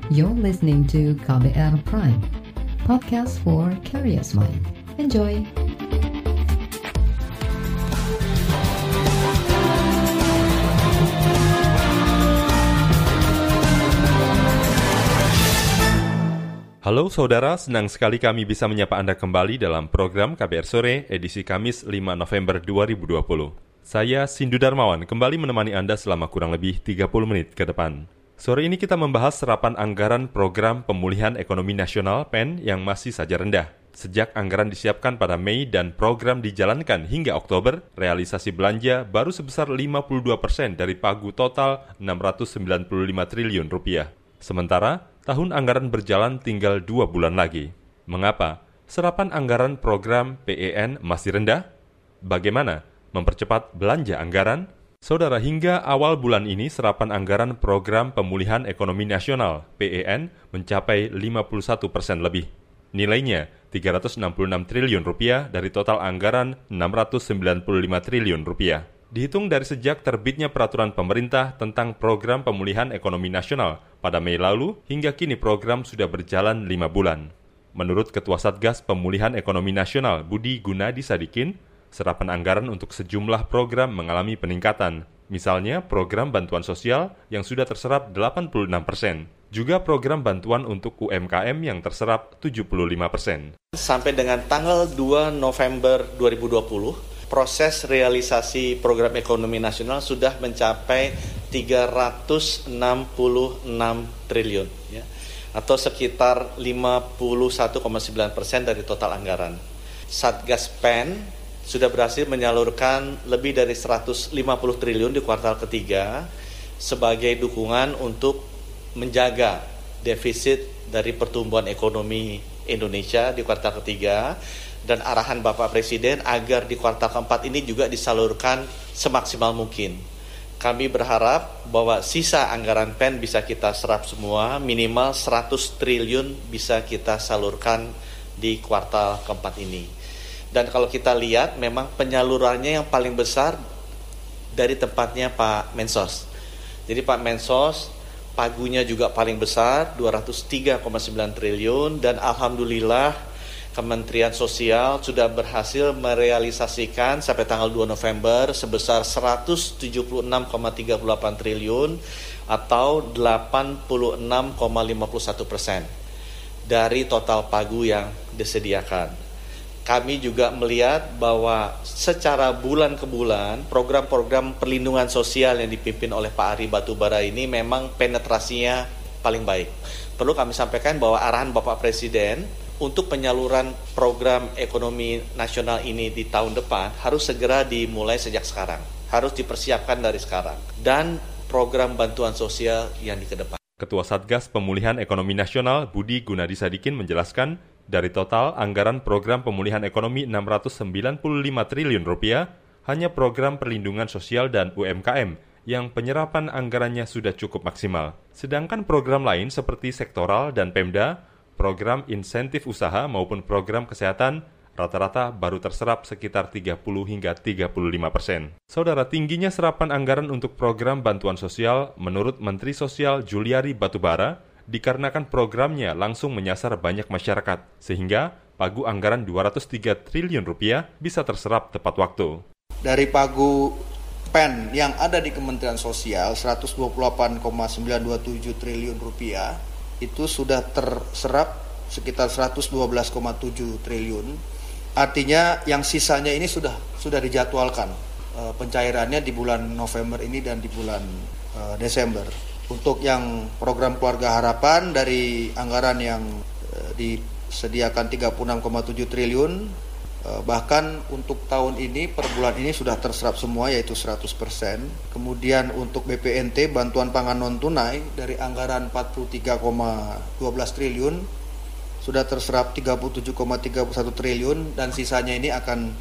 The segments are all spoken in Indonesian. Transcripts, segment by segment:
You're listening to KBR Prime, podcast for curious mind. Enjoy! Halo saudara, senang sekali kami bisa menyapa Anda kembali dalam program KBR Sore edisi Kamis 5 November 2020. Saya Sindu Darmawan kembali menemani Anda selama kurang lebih 30 menit ke depan. Sore ini kita membahas serapan anggaran Program Pemulihan Ekonomi Nasional (PEN) yang masih saja rendah. Sejak anggaran disiapkan pada Mei dan program dijalankan hingga Oktober, realisasi belanja baru sebesar 52% dari pagu total 695 triliun rupiah. Sementara, tahun anggaran berjalan tinggal 2 bulan lagi. Mengapa? Serapan anggaran program PEN masih rendah? Bagaimana mempercepat belanja anggaran? Saudara, hingga awal bulan ini serapan anggaran Program Pemulihan Ekonomi Nasional (PEN) mencapai 51% lebih. Nilainya 366 triliun rupiah dari total anggaran 695 triliun rupiah. Dihitung dari sejak terbitnya peraturan pemerintah tentang Program Pemulihan Ekonomi Nasional pada Mei lalu, hingga kini program sudah berjalan 5 bulan. Menurut Ketua Satgas Pemulihan Ekonomi Nasional Budi Gunadi Sadikin, serapan anggaran untuk sejumlah program mengalami peningkatan. Misalnya program bantuan sosial yang sudah terserap 86%. Juga program bantuan untuk UMKM yang terserap 75%. Sampai dengan tanggal 2 November 2020, proses realisasi program ekonomi nasional sudah mencapai 366 triliun, ya, atau sekitar 51,9% dari total anggaran. Satgas PEN sudah berhasil menyalurkan lebih dari 150 triliun di kuartal ketiga sebagai dukungan untuk menjaga defisit dari pertumbuhan ekonomi Indonesia di kuartal ketiga, dan arahan Bapak Presiden agar di kuartal keempat ini juga disalurkan semaksimal mungkin. Kami berharap bahwa sisa anggaran PEN bisa kita serap semua, minimal 100 triliun bisa kita salurkan di kuartal keempat ini. Dan kalau kita lihat, memang penyalurannya yang paling besar dari tempatnya Pak Mensos. Jadi Pak Mensos, pagunya juga paling besar, 203,9 triliun, dan Alhamdulillah Kementerian Sosial sudah berhasil merealisasikan sampai tanggal 2 November sebesar 176,38 triliun atau 86,51% dari total pagu yang disediakan. Kami juga melihat bahwa secara bulan ke bulan, program-program perlindungan sosial yang dipimpin oleh Pak Ari Batubara ini memang penetrasinya paling baik. Perlu kami sampaikan bahwa arahan Bapak Presiden untuk penyaluran program ekonomi nasional ini di tahun depan harus segera dimulai sejak sekarang. Harus dipersiapkan dari sekarang. Dan program bantuan sosial yang di kedepan. Ketua Satgas Pemulihan Ekonomi Nasional Budi Gunadi Sadikin menjelaskan, dari total anggaran program pemulihan ekonomi 695 triliun rupiah, hanya program perlindungan sosial dan UMKM yang penyerapan anggarannya sudah cukup maksimal. Sedangkan program lain seperti sektoral dan Pemda, program insentif usaha maupun program kesehatan, rata-rata baru terserap sekitar 30 hingga 35%. Saudara, tingginya serapan anggaran untuk program bantuan sosial menurut Menteri Sosial Juliari Batubara dikarenakan programnya langsung menyasar banyak masyarakat, sehingga pagu anggaran 203 triliun rupiah bisa terserap tepat waktu. Dari pagu PEN yang ada di Kementerian Sosial 128,927 triliun rupiah itu sudah terserap sekitar 112,7 triliun. Artinya yang sisanya ini sudah dijadwalkan pencairannya di bulan November ini dan di bulan Desember. Untuk yang program Keluarga Harapan dari anggaran yang disediakan 36,7 triliun, bahkan untuk tahun ini per bulan ini sudah terserap semua yaitu 100%. Kemudian untuk BPNT bantuan pangan non tunai dari anggaran 43,12 triliun sudah terserap 37,31 triliun, dan sisanya ini akan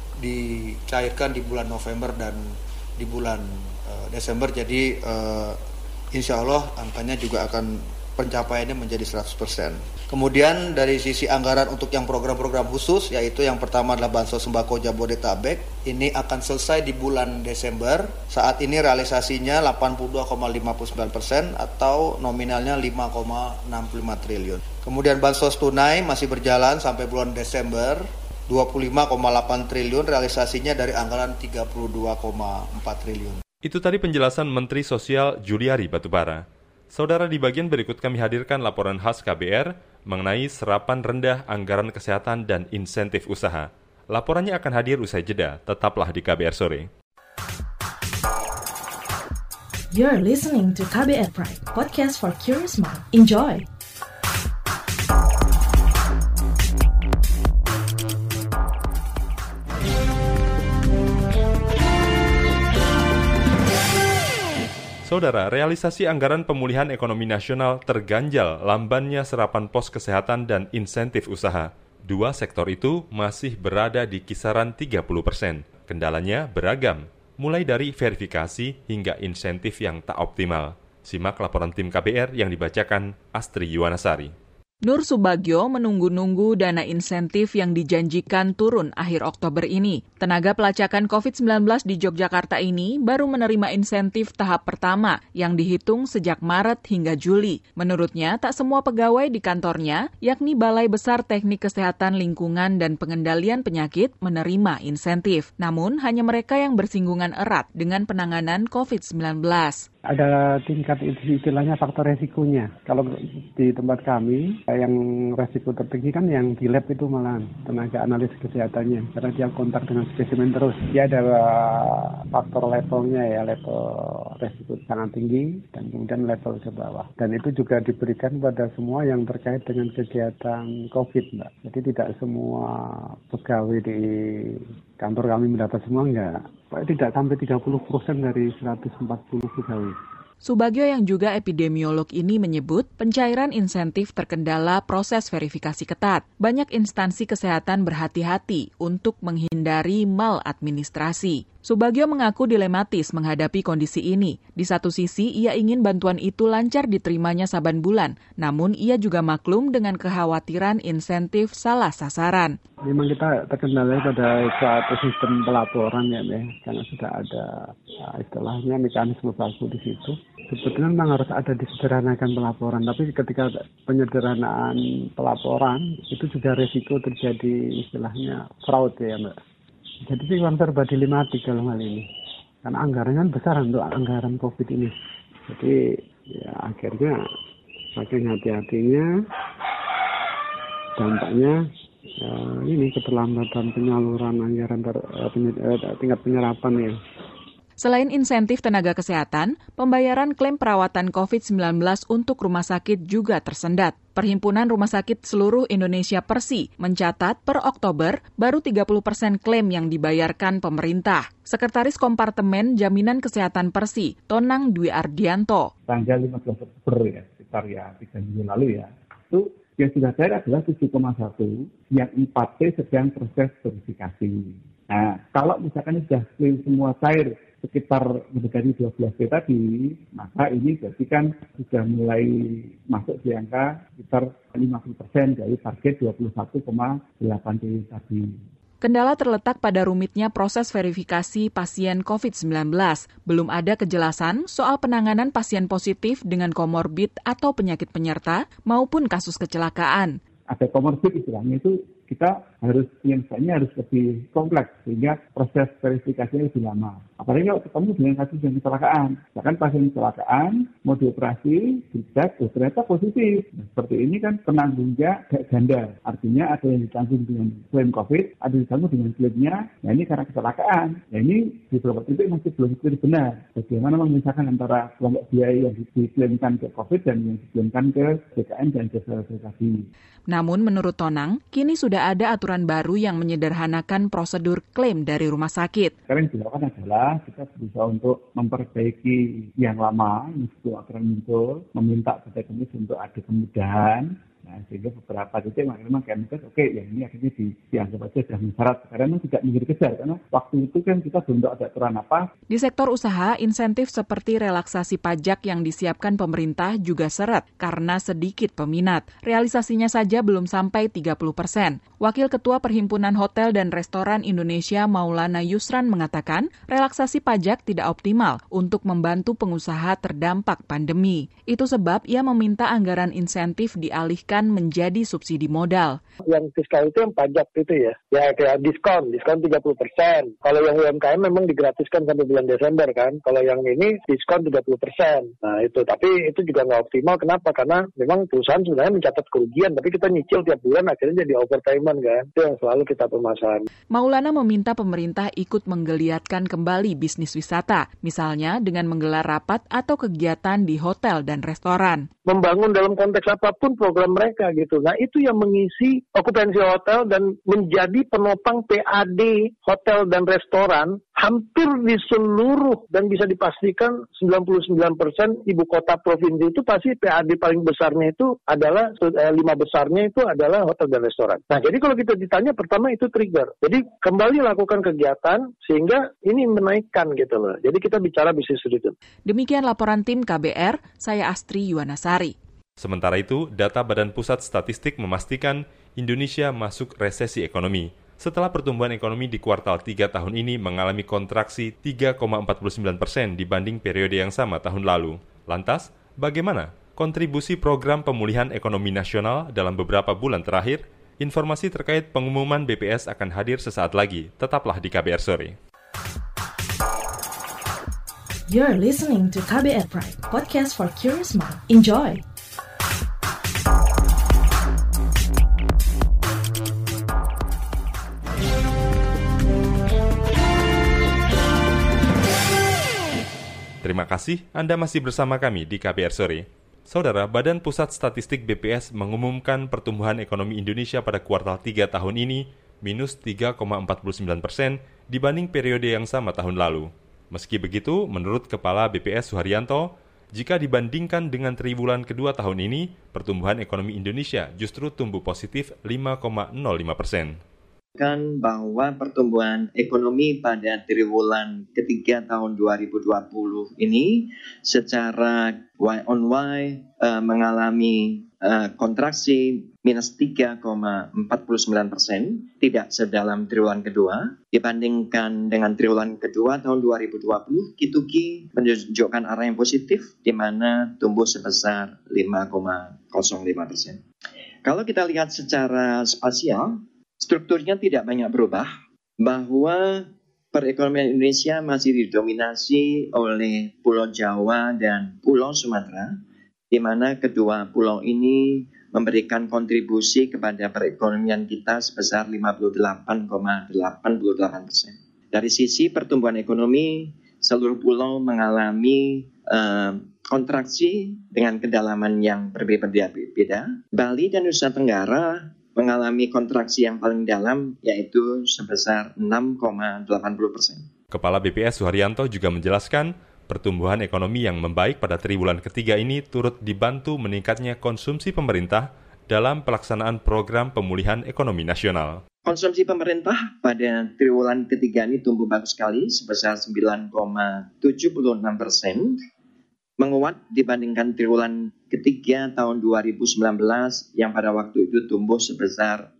dicairkan di bulan November dan di bulan Desember. Jadi insya Allah angkanya juga akan pencapaiannya menjadi 100%. Kemudian dari sisi anggaran untuk yang program-program khusus, yaitu yang pertama adalah Bansos Sembako Jabodetabek, ini akan selesai di bulan Desember. Saat ini realisasinya 82,59% atau nominalnya 5,65 triliun. Kemudian Bansos Tunai masih berjalan sampai bulan Desember, 25,8 triliun, realisasinya dari anggaran 32,4 triliun. Itu tadi penjelasan Menteri Sosial Juliari Batubara. Saudara, di bagian berikut kami hadirkan laporan khas KBR mengenai serapan rendah anggaran kesehatan dan insentif usaha. Laporannya akan hadir usai jeda, tetaplah di KBR Sore. You're listening to KBR Pride, podcast for curious mind. Enjoy! Saudara, realisasi anggaran pemulihan ekonomi nasional terganjal lambannya serapan pos kesehatan dan insentif usaha. Dua sektor itu masih berada di kisaran 30%. Kendalanya beragam, mulai dari verifikasi hingga insentif yang tak optimal. Simak laporan tim KBR yang dibacakan Astri Yuwanasari. Nur Subagio menunggu-nunggu dana insentif yang dijanjikan turun akhir Oktober ini. Tenaga pelacakan COVID-19 di Yogyakarta ini baru menerima insentif tahap pertama yang dihitung sejak Maret hingga Juli. Menurutnya, tak semua pegawai di kantornya, yakni Balai Besar Teknik Kesehatan Lingkungan dan Pengendalian Penyakit, menerima insentif. Namun, hanya mereka yang bersinggungan erat dengan penanganan COVID-19. Ada tingkat istilahnya faktor resikonya. Kalau di tempat kami, yang resiko tertinggi kan yang di lab itu malah tenaga analis kesehatannya. Karena dia kontak dengan spesimen terus. Dia ada faktor levelnya ya, level resiko sangat tinggi dan kemudian level ke bawah. Dan itu juga diberikan pada semua yang terkait dengan kegiatan COVID, Mbak. Jadi tidak semua pegawai di kantor kami mendapat semua, enggak. Tidak sampai 30% dari 140 pegawai. Subagio yang juga epidemiolog ini menyebut pencairan insentif terkendala proses verifikasi ketat. Banyak instansi kesehatan berhati-hati untuk menghindari maladministrasi. Subagio mengaku dilematis menghadapi kondisi ini. Di satu sisi, ia ingin bantuan itu lancar diterimanya saban bulan. Namun, ia juga maklum dengan kekhawatiran insentif salah sasaran. Memang kita terkendala pada suatu sistem pelaporan ya, karena sudah ada istilahnya mekanisme baku di situ. Sebetulnya memang harus ada disederhanakan pelaporan, tapi ketika penyederhanaan pelaporan itu juga resiko terjadi istilahnya fraud ya, Mbak. Jadi sih serba dilematik dalam hal ini, karena anggarannya besar untuk anggaran COVID ini. Jadi ya akhirnya saking hati-hatinya dampaknya ini keterlambatan penyaluran anggaran tingkat penyerapan ya. Selain insentif tenaga kesehatan, pembayaran klaim perawatan COVID-19 untuk rumah sakit juga tersendat. Perhimpunan Rumah Sakit Seluruh Indonesia Persi mencatat per Oktober baru 30% klaim yang dibayarkan pemerintah. Sekretaris Kompartemen Jaminan Kesehatan Persi, Tonang Dwi Ardianto. Tanggal 15 Oktober ya, sekitar 3 minggu lalu ya, itu yang sudah cair adalah 7,1, yang 4T sedang proses verifikasi. Nah, kalau misalkan sudah klaim semua cair sekitar mendekati 12 tadi, maka ini berarti kan sudah mulai masuk di angka sekitar 50% dari target 21,8 tadi. Kendala terletak pada rumitnya proses verifikasi pasien COVID-19. Belum ada kejelasan soal penanganan pasien positif dengan komorbid atau penyakit penyerta maupun kasus kecelakaan. Ada komorbid istilahnya itu kita harus lebih kompleks sehingga proses verifikasinya lebih lama. Apalagi kalau ketemu dengan kasus yang kecelakaan. Bahkan pasien kecelakaan mau dioperasi, dicek, ternyata positif. Nah, seperti ini kan penanggungnya ganda. Artinya ada yang ditanggung dengan klaim COVID, ada yang ditanggung dengan klaimnya. Nah ini karena kecelakaan. Nah ini di beberapa titik masih belum clear benar. Bagaimana memisahkan antara kelompok biaya yang diklaimkan ke COVID dan yang diklaimkan ke BKN dan jasa tadi. Namun menurut Tonang, kini sudah ada aturan baru yang menyederhanakan prosedur klaim dari rumah sakit. Sekarang yang dilakukan adalah kita berusaha untuk memperbaiki yang lama, meskipun aturan muncul, meminta pada komisi untuk ada kemudahan. Nah, sehingga beberapa titik memang Kemenkes yang ini akhirnya dianggap aja sudah syarat. Karena memang tidak mengejar karena waktu itu kan kita belum tahu ada aturan apa. Di sektor usaha, insentif seperti relaksasi pajak yang disiapkan pemerintah juga seret karena sedikit peminat. Realisasinya saja belum sampai 30%. Wakil Ketua Perhimpunan Hotel dan Restoran Indonesia Maulana Yusran mengatakan relaksasi pajak tidak optimal untuk membantu pengusaha terdampak pandemi. Itu sebab ia meminta anggaran insentif dialihkan menjadi subsidi modal. Yang fiskal itu yang pajak itu ya kayak diskon 30%. Kalau yang UMKM memang digratiskan sampai bulan Desember kan. Kalau yang ini diskon 30%. Nah itu, tapi itu juga nggak optimal. Kenapa? Karena memang perusahaan sebenarnya mencatat kerugian, tapi kita nyicil tiap bulan akhirnya jadi overpayment kan. Itu yang selalu kita permasalahan. Maulana meminta pemerintah ikut menggeliatkan kembali bisnis wisata, misalnya dengan menggelar rapat atau kegiatan di hotel dan restoran. Membangun dalam konteks apapun program mereka gitu. Nah itu yang mengisi okupansi hotel dan menjadi penopang PAD hotel dan restoran hampir di seluruh, dan bisa dipastikan 99% ibu kota provinsi itu pasti PAD paling besarnya itu adalah 5 besarnya itu adalah hotel dan restoran. Nah jadi kalau kita ditanya pertama itu trigger. Jadi kembali lakukan kegiatan sehingga ini menaikkan gitu loh. Jadi kita bicara bisnis rhythm. Demikian laporan tim KBR, saya Astri Yuwanasari. Sementara itu, data Badan Pusat Statistik memastikan Indonesia masuk resesi ekonomi. Setelah pertumbuhan ekonomi di kuartal 3 tahun ini mengalami kontraksi 3,49% dibanding periode yang sama tahun lalu. Lantas, bagaimana kontribusi program pemulihan ekonomi nasional dalam beberapa bulan terakhir? Informasi terkait pengumuman BPS akan hadir sesaat lagi. Tetaplah di KBR Sore. You're listening to KBR Pride, podcast for curious mind. Enjoy! Terima kasih Anda masih bersama kami di KBR Sore. Saudara, Badan Pusat Statistik BPS mengumumkan pertumbuhan ekonomi Indonesia pada kuartal 3 tahun ini minus 3,49% dibanding periode yang sama tahun lalu. Meski begitu, menurut Kepala BPS Suharyanto, jika dibandingkan dengan triwulan kedua tahun ini, pertumbuhan ekonomi Indonesia justru tumbuh positif 5,05%. Bahwa pertumbuhan ekonomi pada triwulan ketiga tahun 2020 ini secara Y-on-Y mengalami kontraksi minus 3,49%, tidak sedalam triwulan kedua. Dibandingkan dengan triwulan kedua tahun 2020, Q2Q menunjukkan arah yang positif, di mana tumbuh sebesar 5,05%. Kalau kita lihat secara spasial, strukturnya tidak banyak berubah, bahwa perekonomian Indonesia masih didominasi oleh Pulau Jawa dan Pulau Sumatera, di mana kedua pulau ini memberikan kontribusi kepada perekonomian kita sebesar 58,88%. Dari sisi pertumbuhan ekonomi, seluruh pulau mengalami kontraksi dengan kedalaman yang berbeda-beda. Bali dan Nusa Tenggara mengalami kontraksi yang paling dalam, yaitu sebesar 6,80%. Kepala BPS Suharyanto juga menjelaskan, pertumbuhan ekonomi yang membaik pada triwulan ketiga ini turut dibantu meningkatnya konsumsi pemerintah dalam pelaksanaan program pemulihan ekonomi nasional. Konsumsi pemerintah pada triwulan ketiga ini tumbuh bagus sekali, sebesar 9,76%. Menguat dibandingkan triwulan ketiga tahun 2019 yang pada waktu itu tumbuh sebesar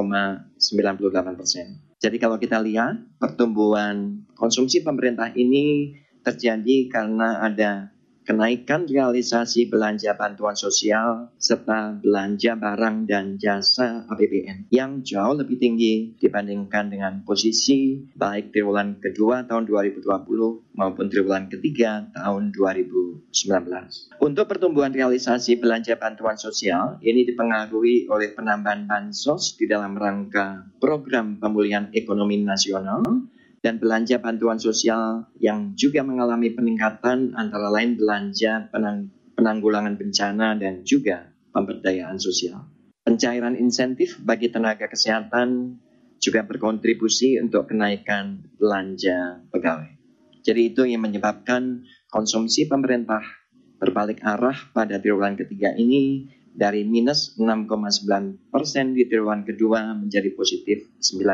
0,98%. Jadi kalau kita lihat pertumbuhan konsumsi pemerintah ini terjadi karena ada kenaikan realisasi belanja bantuan sosial serta belanja barang dan jasa APBN yang jauh lebih tinggi dibandingkan dengan posisi baik triwulan kedua tahun 2020 maupun triwulan ketiga tahun 2019. Untuk pertumbuhan realisasi belanja bantuan sosial, ini dipengaruhi oleh penambahan bansos di dalam rangka program pemulihan ekonomi nasional dan belanja bantuan sosial yang juga mengalami peningkatan, antara lain belanja penanggulangan bencana dan juga pemberdayaan sosial. Pencairan insentif bagi tenaga kesehatan juga berkontribusi untuk kenaikan belanja pegawai. Jadi itu yang menyebabkan konsumsi pemerintah berbalik arah pada triwulan ketiga ini dari minus 6,9% di triwulan kedua menjadi positif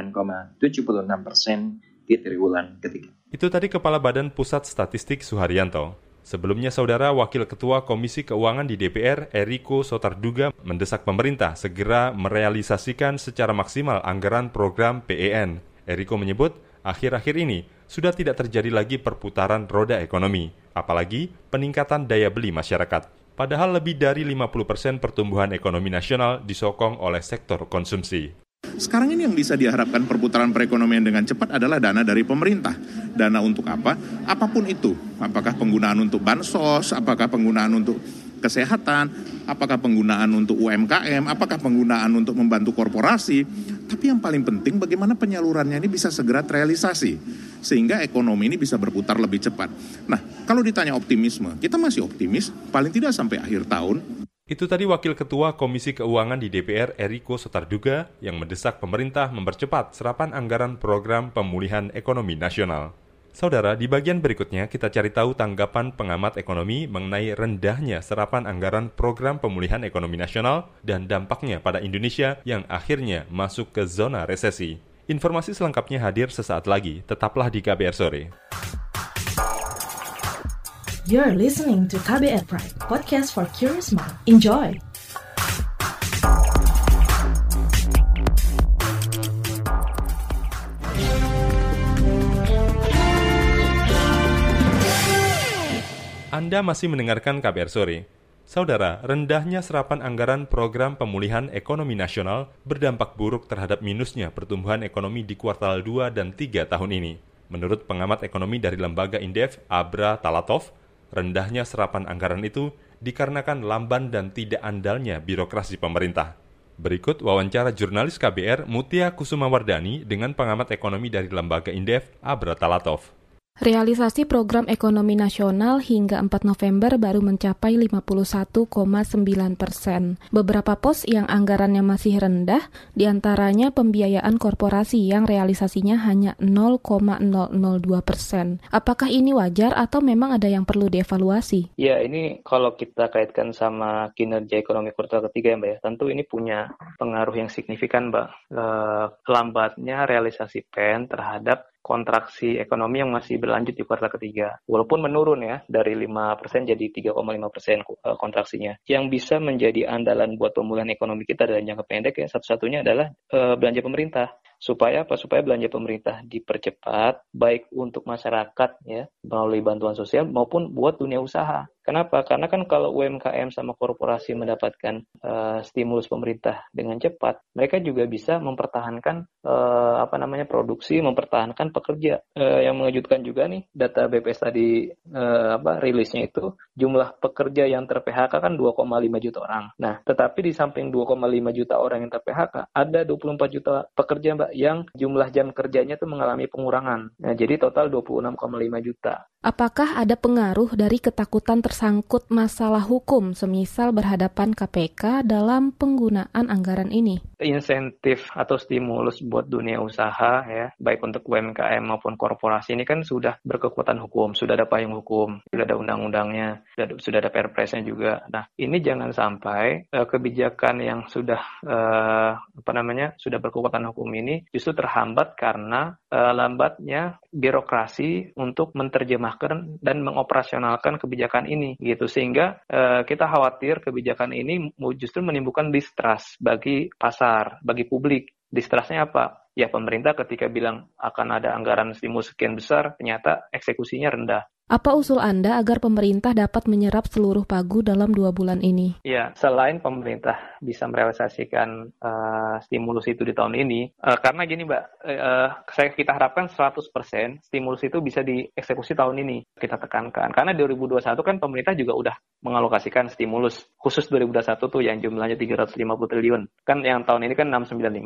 9,76% di triwulan ketiga. Itu tadi Kepala Badan Pusat Statistik Suharyanto. Sebelumnya, Saudara, Wakil Ketua Komisi Keuangan di DPR, Eriko Sotarduga, mendesak pemerintah segera merealisasikan secara maksimal anggaran program PEN. Eriko menyebut, akhir-akhir ini sudah tidak terjadi lagi perputaran roda ekonomi, apalagi peningkatan daya beli masyarakat. Padahal lebih dari 50% pertumbuhan ekonomi nasional disokong oleh sektor konsumsi. Sekarang ini yang bisa diharapkan perputaran perekonomian dengan cepat adalah dana dari pemerintah. Dana untuk apa? Apapun itu. Apakah penggunaan untuk bansos, apakah penggunaan untuk kesehatan, apakah penggunaan untuk UMKM, apakah penggunaan untuk membantu korporasi. Tapi yang paling penting bagaimana penyalurannya ini bisa segera terrealisasi. Sehingga ekonomi ini bisa berputar lebih cepat. Nah, kalau ditanya optimisme, kita masih optimis, paling tidak sampai akhir tahun. Itu tadi Wakil Ketua Komisi Keuangan di DPR, Eriko Sotarduga, yang mendesak pemerintah mempercepat serapan anggaran program pemulihan ekonomi nasional. Saudara, di bagian berikutnya kita cari tahu tanggapan pengamat ekonomi mengenai rendahnya serapan anggaran program pemulihan ekonomi nasional dan dampaknya pada Indonesia yang akhirnya masuk ke zona resesi. Informasi selengkapnya hadir sesaat lagi, tetaplah di KBR Sore. You're listening to KBR Pride, podcast for curious mind. Enjoy! Anda masih mendengarkan KBR Sore. Saudara, rendahnya serapan anggaran program pemulihan ekonomi nasional berdampak buruk terhadap minusnya pertumbuhan ekonomi di kuartal 2 dan 3 tahun ini. Menurut pengamat ekonomi dari lembaga Indef, Abra Talatov, rendahnya serapan anggaran itu dikarenakan lamban dan tidak andalnya birokrasi pemerintah. Berikut wawancara jurnalis KBR Mutia Kusumawardani dengan pengamat ekonomi dari lembaga Indef, Abra Talatov. Realisasi program ekonomi nasional hingga 4 November baru mencapai 51,9%. Beberapa pos yang anggarannya masih rendah, diantaranya pembiayaan korporasi yang realisasinya hanya 0,002%. Apakah ini wajar atau memang ada yang perlu dievaluasi? Ya, ini kalau kita kaitkan sama kinerja ekonomi kuartal ketiga ya Mbak ya, tentu ini punya pengaruh yang signifikan Mbak. Lambatnya realisasi PEN terhadap kontraksi ekonomi yang masih berlanjut di kuartal ketiga. Walaupun menurun ya, dari 5% jadi 3,5% kontraksinya. Yang bisa menjadi andalan buat pemulihan ekonomi kita dalam jangka pendek ya, satu-satunya adalah belanja pemerintah. Supaya apa? Supaya belanja pemerintah dipercepat, baik untuk masyarakat ya, melalui bantuan sosial maupun buat dunia usaha. Kenapa? Karena kan kalau UMKM sama korporasi mendapatkan stimulus pemerintah dengan cepat, mereka juga bisa mempertahankan produksi, mempertahankan pekerja. Yang mengejutkan juga nih, data BPS tadi rilisnya itu jumlah pekerja yang ter-PHK kan 2,5 juta orang. Nah, tetapi di samping 2,5 juta orang yang ter-PHK, ada 24 juta pekerja Mbak yang jumlah jam kerjanya itu mengalami pengurangan. Nah, jadi total 26,5 juta. Apakah ada pengaruh dari ketakutan tersangkut masalah hukum, semisal berhadapan KPK dalam penggunaan anggaran ini? Insentif atau stimulus buat dunia usaha ya, baik untuk UMKM maupun korporasi ini kan sudah berkekuatan hukum, sudah ada payung hukum, sudah ada undang-undangnya, sudah ada perpresnya juga. Nah, ini jangan sampai kebijakan yang sudah sudah berkekuatan hukum ini justru terhambat karena lambatnya birokrasi untuk menerjemahkan dan mengoperasionalkan kebijakan ini gitu, sehingga kita khawatir kebijakan ini justru menimbulkan distrust bagi pasar, bagi publik. Distrustnya apa? Ya, pemerintah ketika bilang akan ada anggaran stimulus sekian besar, ternyata eksekusinya rendah. Apa usul Anda agar pemerintah dapat menyerap seluruh pagu dalam 2 bulan ini? Ya, selain pemerintah bisa merealisasikan stimulus itu di tahun ini, karena gini Mbak, kita harapkan 100% stimulus itu bisa dieksekusi tahun ini. Kita tekankan, karena 2021 kan pemerintah juga udah mengalokasikan stimulus, khusus 2021 tuh yang jumlahnya 350 triliun. Kan yang tahun ini kan 695.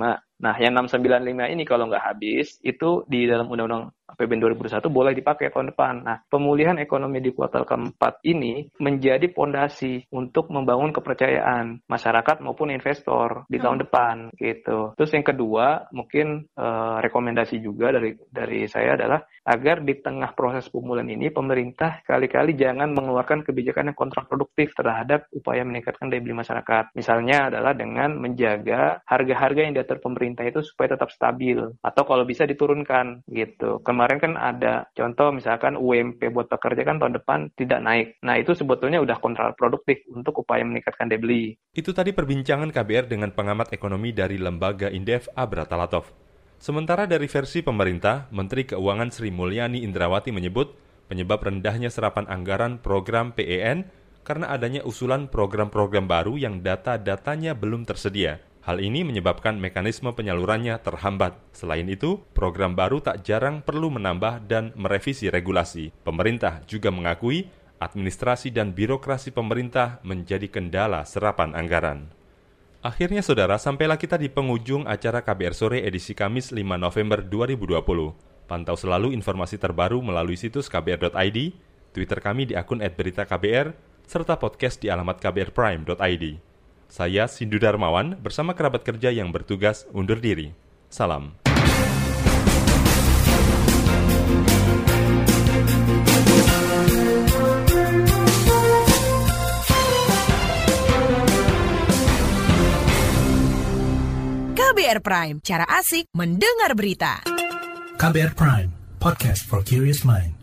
Nah, yang 695 ini kalau nggak habis, itu di dalam Undang-Undang APBN 2021 boleh dipakai tahun depan. Nah, pemulihan ekonomi di kuartal keempat ini menjadi pondasi untuk membangun kepercayaan masyarakat maupun investor di tahun depan gitu. Terus yang kedua, mungkin rekomendasi juga dari saya adalah agar di tengah proses pemulihan ini pemerintah kali-kali jangan mengeluarkan kebijakan yang kontraproduktif terhadap upaya meningkatkan daya beli masyarakat. Misalnya adalah dengan menjaga harga-harga yang diatur pemerintah itu supaya tetap stabil atau kalau bisa diturunkan gitu. Kemarin kan ada contoh misalkan UMP buat pekerja kan tahun depan tidak naik. Nah, itu sebetulnya udah kontraproduktif untuk upaya meningkatkan daya beli. Itu tadi perbincangan KBR dengan pengamat ekonomi dari lembaga Indef Abra Talatov. Sementara dari versi pemerintah, Menteri Keuangan Sri Mulyani Indrawati menyebut penyebab rendahnya serapan anggaran program PEN karena adanya usulan program-program baru yang data-datanya belum tersedia. Hal ini menyebabkan mekanisme penyalurannya terhambat. Selain itu, program baru tak jarang perlu menambah dan merevisi regulasi. Pemerintah juga mengakui administrasi dan birokrasi pemerintah menjadi kendala serapan anggaran. Akhirnya saudara, sampailah kita di penghujung acara KBR Sore edisi Kamis 5 November 2020. Pantau selalu informasi terbaru melalui situs kbr.id, Twitter kami di akun @beritaKBR, serta podcast di alamat kbrprime.id. Saya Sindu Darmawan bersama kerabat kerja yang bertugas undur diri. Salam. KBR Prime, cara asik mendengar berita. KBR Prime, podcast for curious mind.